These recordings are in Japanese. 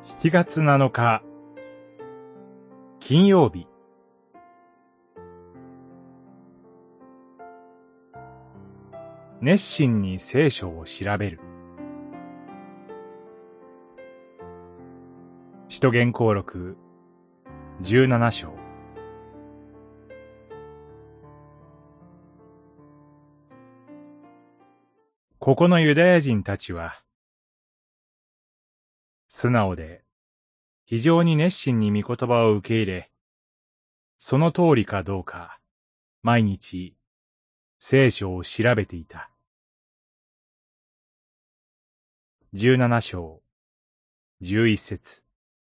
7月7日金曜日。熱心に聖書を調べる。使徒言行録17章。ここのユダヤ人たちは素直で非常に熱心に御言葉を受け入れ、その通りかどうか毎日聖書を調べていた。17章11節。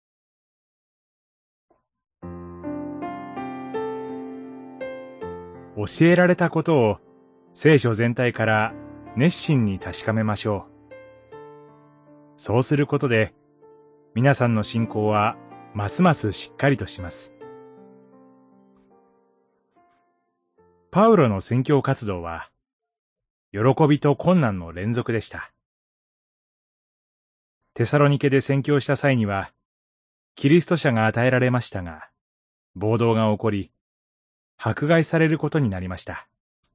教えられたことを聖書全体から熱心に確かめましょう。そうすることで皆さんの信仰はますますしっかりとします。パウロの宣教活動は喜びと困難の連続でした。テサロニケで宣教した際にはキリスト者が与えられましたが、暴動が起こり迫害されることになりました。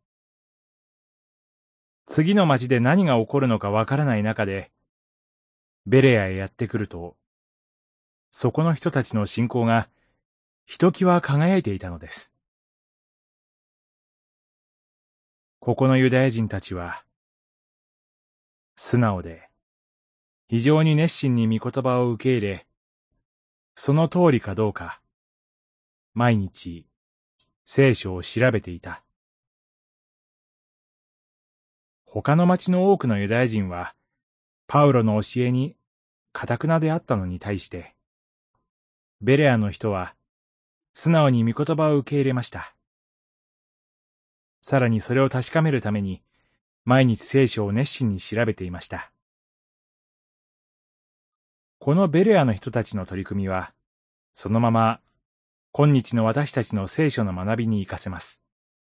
次の町で何が起こるのかわからない中でベレアへやってくると、そこの人たちの信仰がひときわ輝いていたのです。ここのユダヤ人たちは素直で非常に熱心に御言葉を受け入れ、その通りかどうか毎日聖書を調べていた。他の町の多くのユダヤ人はパウロの教えに頑なであったのに対して、ベレアの人は素直に御言葉を受け入れました。さらにそれを確かめるために毎日聖書を熱心に調べていました。このベレアの人たちの取り組みはそのまま今日の私たちの聖書の学びに活かせます。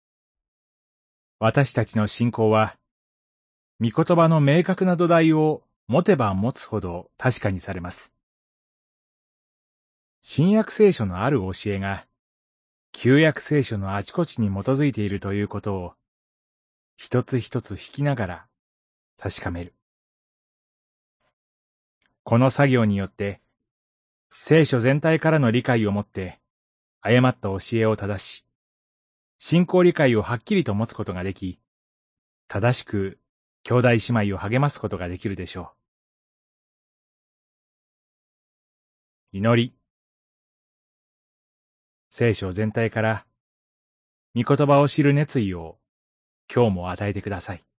私たちの信仰は御言葉の明確な土台を持てば持つほど確かにされます。新約聖書のある教えが旧約聖書のあちこちに基づいているということを一つ一つ引きながら確かめる。この作業によって聖書全体からの理解をもって誤った教えを正し、信仰理解をはっきりと持つことができ、正しく兄弟姉妹を励ますことができるでしょう。祈り。聖書全体から御言葉を知る熱意を今日も与えてください。